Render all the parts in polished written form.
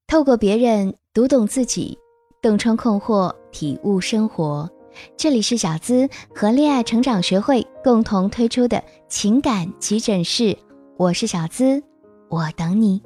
透过别人读懂自己，洞穿困惑，体悟生活。这里是小资和恋爱成长学会共同推出的情感急诊室，我是小资，我等你。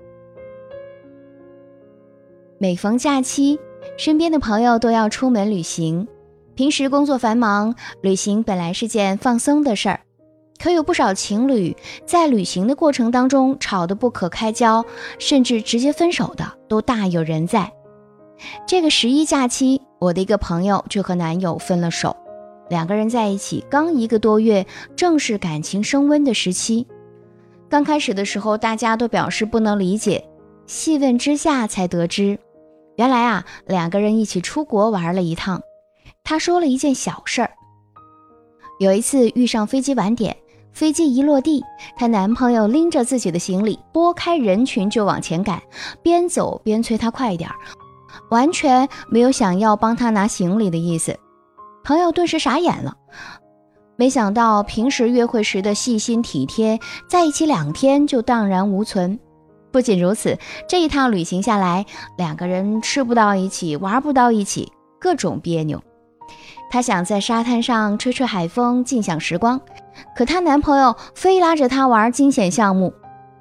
每逢假期，身边的朋友都要出门旅行。平时工作繁忙，旅行本来是件放松的事儿，可有不少情侣在旅行的过程当中吵得不可开交，甚至直接分手的都大有人在。这个11假期，我的一个朋友就和男友分了手，两个人在一起刚1个多月，正是感情升温的时期。刚开始的时候，大家都表示不能理解，细问之下才得知，原来两个人一起出国玩了一趟。他说了一件小事儿，有一次遇上飞机晚点，飞机一落地，她男朋友拎着自己的行李拨开人群就往前赶，边走边催她快一点，完全没有想要帮她拿行李的意思。朋友顿时傻眼了，没想到平时约会时的细心体贴，在一起2天就荡然无存。不仅如此，这一趟旅行下来，两个人吃不到一起，玩不到一起，各种别扭。她想在沙滩上吹吹海风，尽享时光，可她男朋友非拉着她玩惊险项目。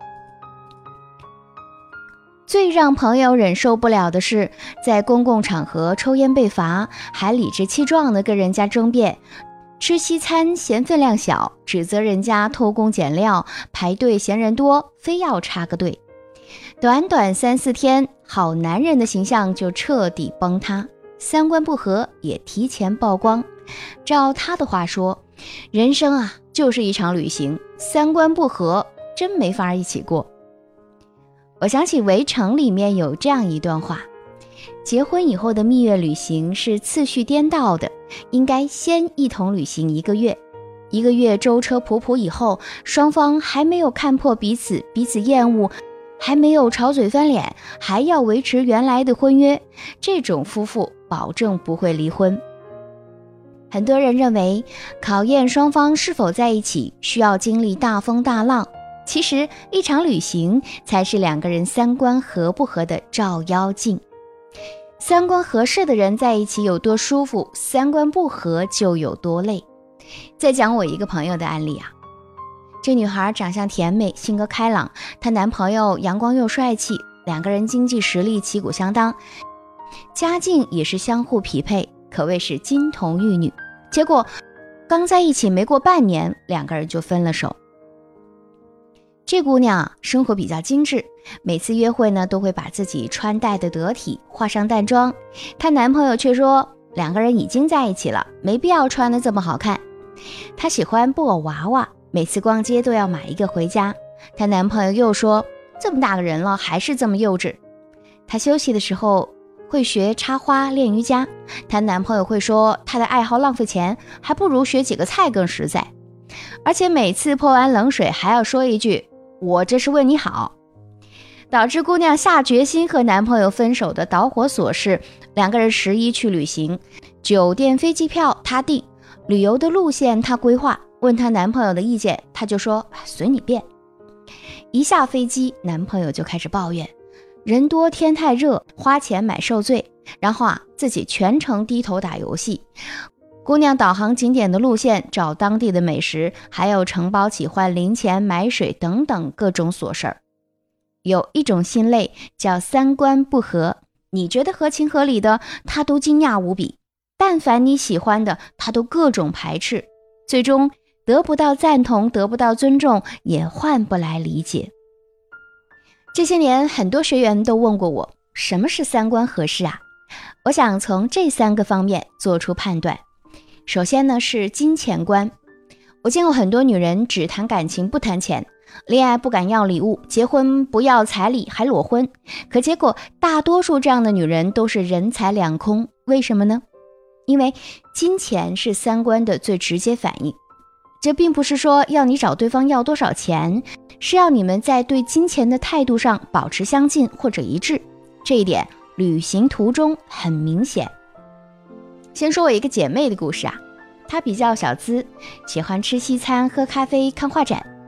最让朋友忍受不了的是，在公共场合抽烟被罚，还理直气壮地跟人家争辩，吃西餐嫌分量小，指责人家偷工减料，排队嫌人多，非要插个队。短短3-4天，好男人的形象就彻底崩塌，三观不合也提前曝光。照他的话说，人生就是一场旅行，三观不合真没法一起过。我想起《围城》里面有这样一段话，结婚以后的蜜月旅行是次序颠倒的，应该先一同旅行1个月，1个月舟车仆仆以后，双方还没有看破彼此厌恶，还没有吵嘴翻脸，还要维持原来的婚约，这种夫妇保证不会离婚。很多人认为考验双方是否在一起需要经历大风大浪，其实一场旅行才是两个人三观合不合的照妖镜。三观合适的人在一起有多舒服，三观不合就有多累。再讲我一个朋友的案例这女孩长相甜美，性格开朗，她男朋友阳光又帅气，两个人经济实力旗鼓相当，家境也是相互匹配，可谓是金童玉女。结果刚在一起没过半年，两个人就分了手。这姑娘生活比较精致，每次约会呢都会把自己穿戴得得体，化上淡妆。她男朋友却说，两个人已经在一起了，没必要穿得这么好看。她喜欢布偶娃娃，每次逛街都要买一个回家。她男朋友又说，这么大个人了还是这么幼稚。她休息的时候会学插花练瑜伽，她男朋友会说她的爱好浪费钱，还不如学几个菜更实在。而且每次泼完冷水还要说一句，我这是为你好。导致姑娘下决心和男朋友分手的导火索是，两个人11去旅行，酒店飞机票她订，旅游的路线她规划，问她男朋友的意见，她就说随你便。一下飞机，男朋友就开始抱怨，人多天太热，花钱买受罪，然后自己全程低头打游戏。姑娘导航景点的路线，找当地的美食，还有承包起换零钱买水等等各种琐事儿。有一种心累叫三观不合，你觉得合情合理的，他都惊讶无比，但凡你喜欢的，他都各种排斥，最终得不到赞同，得不到尊重，也换不来理解。这些年很多学员都问过我，什么是三观合适我想从这3个方面做出判断。首先呢是金钱观，我见过很多女人只谈感情不谈钱，恋爱不敢要礼物，结婚不要彩礼还裸婚，可结果大多数这样的女人都是人财两空。为什么呢？因为金钱是三观的最直接反应。这并不是说要你找对方要多少钱，是要你们在对金钱的态度上保持相近或者一致，这一点旅行途中很明显。先说我一个姐妹的故事她比较小资，喜欢吃西餐、喝咖啡、看画展。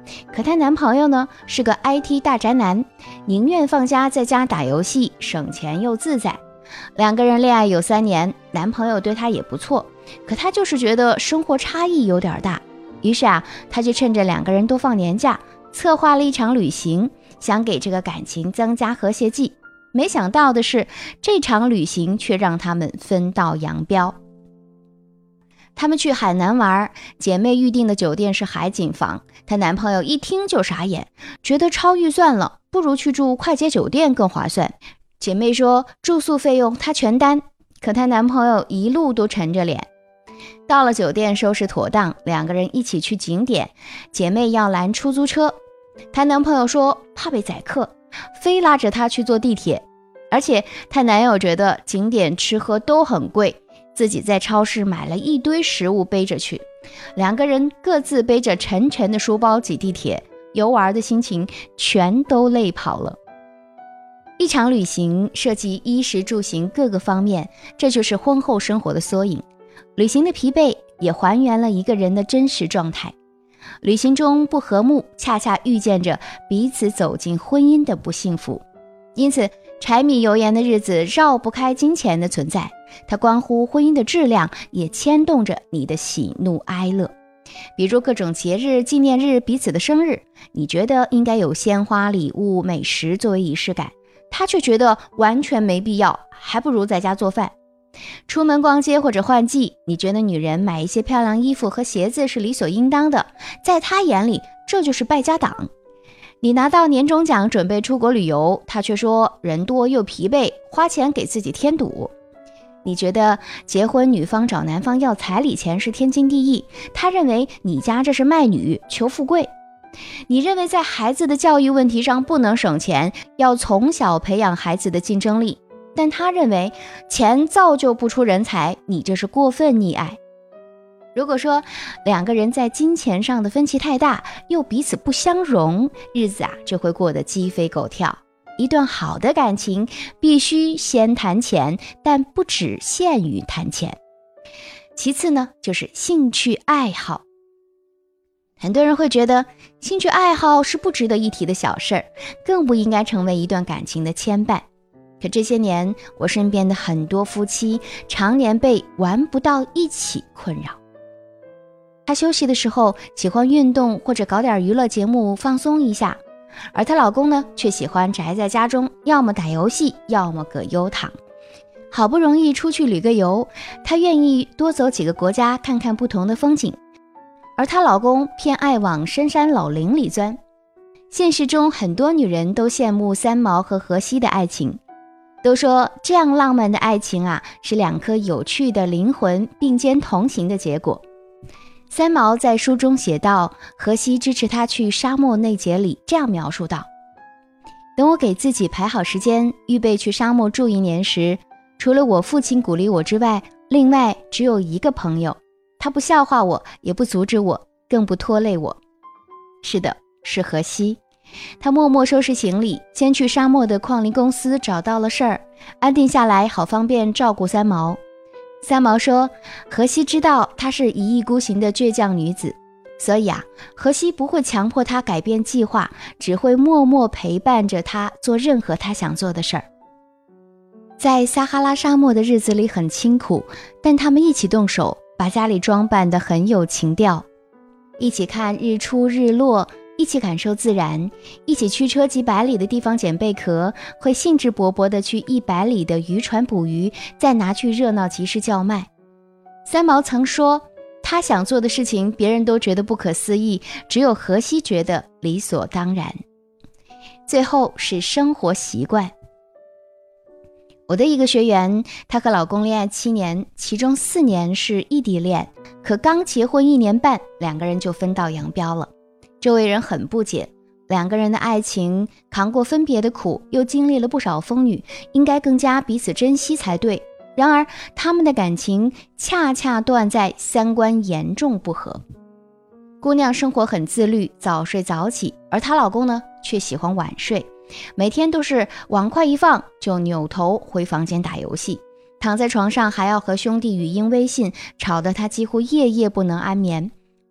可她男朋友呢是个 IT 大宅男，宁愿放假在家打游戏，省钱又自在。两个人恋爱有3年，男朋友对她也不错，可她就是觉得生活差异有点大。于是她就趁着两个人都放年假，策划了一场旅行，想给这个感情增加和谐剂。没想到的是，这场旅行却让他们分道扬镳。他们去海南玩，姐妹预订的酒店是海景房，她男朋友一听就傻眼，觉得超预算了，不如去住快捷酒店更划算。姐妹说住宿费用她全担，可她男朋友一路都沉着脸。到了酒店收拾妥当，两个人一起去景点，姐妹要拦出租车，她男朋友说怕被宰客，非拉着她去坐地铁。而且她男友觉得景点吃喝都很贵，自己在超市买了一堆食物背着去，两个人各自背着沉沉的书包挤地铁，游玩的心情全都累跑了。一场旅行涉及衣食住行各个方面，这就是婚后生活的缩影。旅行的疲惫也还原了一个人的真实状态。旅行中不和睦，恰恰预见着彼此走进婚姻的不幸福。因此柴米油盐的日子绕不开金钱的存在，它关乎婚姻的质量，也牵动着你的喜怒哀乐。比如各种节日、纪念日、彼此的生日，你觉得应该有鲜花、礼物、美食作为仪式感，他却觉得完全没必要，还不如在家做饭。出门逛街或者换季，你觉得女人买一些漂亮衣服和鞋子是理所应当的，在他眼里这就是败家党。你拿到年终奖准备出国旅游，他却说人多又疲惫，花钱给自己添堵。你觉得结婚女方找男方要彩礼钱是天经地义，他认为你家这是卖女求富贵。你认为在孩子的教育问题上不能省钱，要从小培养孩子的竞争力，但他认为钱造就不出人才，你这是过分溺爱。如果说两个人在金钱上的分歧太大，又彼此不相容，日子就会过得鸡飞狗跳。一段好的感情必须先谈钱，但不只限于谈钱。其次呢，就是兴趣爱好。很多人会觉得兴趣爱好是不值得一提的小事儿，更不应该成为一段感情的牵绊。可这些年，我身边的很多夫妻常年被玩不到一起困扰。她休息的时候喜欢运动或者搞点娱乐节目放松一下，而她老公呢却喜欢宅在家中，要么打游戏，要么葛优躺。好不容易出去旅个游，她愿意多走几个国家看看不同的风景，而她老公偏爱往深山老林里钻。现实中很多女人都羡慕三毛和荷西的爱情，都说这样浪漫的爱情是两颗有趣的灵魂并肩同行的结果。三毛在书中写道，荷西支持他去沙漠那节里这样描述道：等我给自己排好时间，预备去沙漠住1年时，除了我父亲鼓励我之外，另外只有一个朋友，他不笑话我，也不阻止我，更不拖累我。是的，是荷西。他默默收拾行李，先去沙漠的矿林公司找到了事儿，安定下来，好方便照顾三毛。三毛说，荷西知道她是一意孤行的倔强女子，所以荷西不会强迫她改变计划，只会默默陪伴着她做任何她想做的事儿。在撒哈拉沙漠的日子里很清苦，但他们一起动手，把家里装扮得很有情调，一起看日出日落，一起感受自然，一起驱车几百里的地方捡贝壳，会兴致勃勃地去100里的渔船捕鱼，再拿去热闹集市叫卖。三毛曾说，他想做的事情别人都觉得不可思议，只有荷西觉得理所当然。最后是生活习惯。我的一个学员，她和老公恋爱7年，其中4年是异地恋，可刚结婚1年半，两个人就分道扬镳了。周围人很不解，两个人的爱情扛过分别的苦，又经历了不少风雨，应该更加彼此珍惜才对。然而他们的感情恰恰断在三观严重不合。姑娘生活很自律，早睡早起，而她老公呢却喜欢晚睡，每天都是碗筷一放就扭头回房间打游戏，躺在床上还要和兄弟语音微信，吵得她几乎夜夜不能安眠。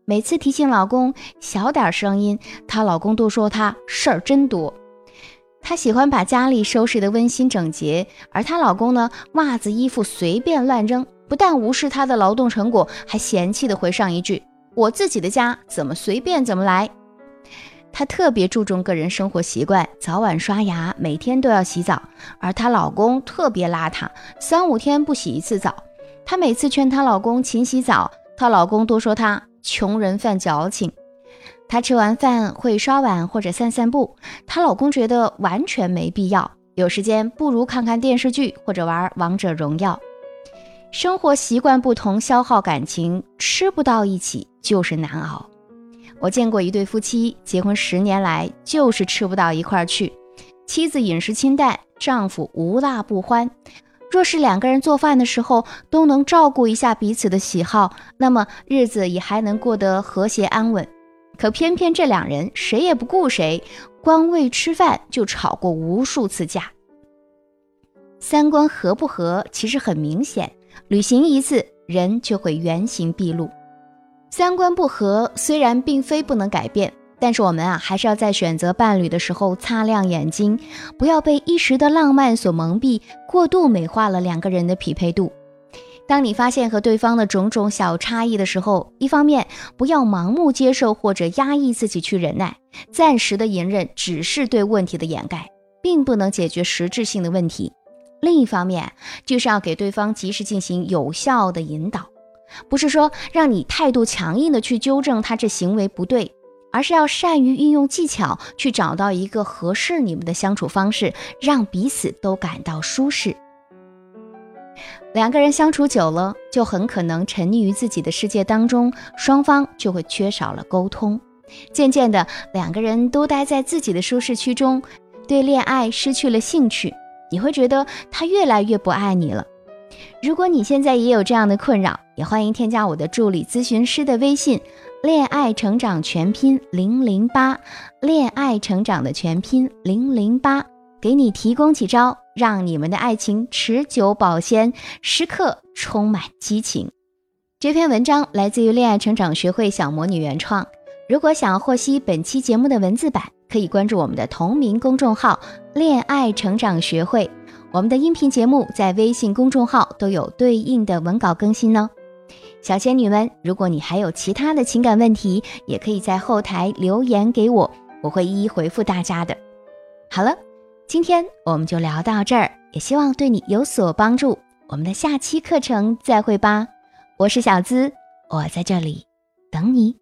每次提醒老公小点声音，她老公都说她事儿真多。她喜欢把家里收拾得温馨整洁，而她老公呢，袜子衣服随便乱扔，不但无视她的劳动成果，还嫌弃地回上一句：我自己的家怎么随便怎么来。她特别注重个人生活习惯，早晚刷牙，每天都要洗澡，而她老公特别邋遢，3-5天不洗一次澡。她每次劝她老公勤洗澡，她老公都说她穷人犯矫情。她吃完饭会刷碗或者散散步，她老公觉得完全没必要，有时间不如看看电视剧或者玩王者荣耀。生活习惯不同，消耗感情，吃不到一起就是难熬。我见过一对夫妻，结婚10年来就是吃不到一块去，妻子饮食清淡，丈夫无辣不欢。若是2个人做饭的时候都能照顾一下彼此的喜好，那么日子也还能过得和谐安稳。可偏偏这2人谁也不顾谁，光为吃饭就吵过无数次架。三观合不合其实很明显，旅行一次人就会原形毕露。三观不合虽然并非不能改变，但是我们还是要在选择伴侣的时候擦亮眼睛，不要被一时的浪漫所蒙蔽，过度美化了2个人的匹配度。当你发现和对方的种种小差异的时候，一方面不要盲目接受或者压抑自己去忍耐，暂时的隐忍只是对问题的掩盖，并不能解决实质性的问题。另一方面就是要给对方及时进行有效的引导，不是说让你态度强硬的去纠正他这行为不对，而是要善于运用技巧去找到一个合适你们的相处方式，让彼此都感到舒适。2个人相处久了，就很可能沉溺于自己的世界当中，双方就会缺少了沟通。渐渐的，2个人都待在自己的舒适区中，对恋爱失去了兴趣，你会觉得他越来越不爱你了。如果你现在也有这样的困扰，也欢迎添加我的助理咨询师的微信，恋爱成长全拼008，恋爱成长的全拼008，给你提供几招，让你们的爱情持久保鲜，时刻充满激情。这篇文章来自于恋爱成长学会小魔女原创。如果想要获悉本期节目的文字版，可以关注我们的同名公众号恋爱成长学会，我们的音频节目在微信公众号都有对应的文稿更新哦。小仙女们，如果你还有其他的情感问题，也可以在后台留言给我，我会一一回复大家的。好了，今天我们就聊到这儿，也希望对你有所帮助。我们的下期课程再会吧，我是小资，我在这里等你。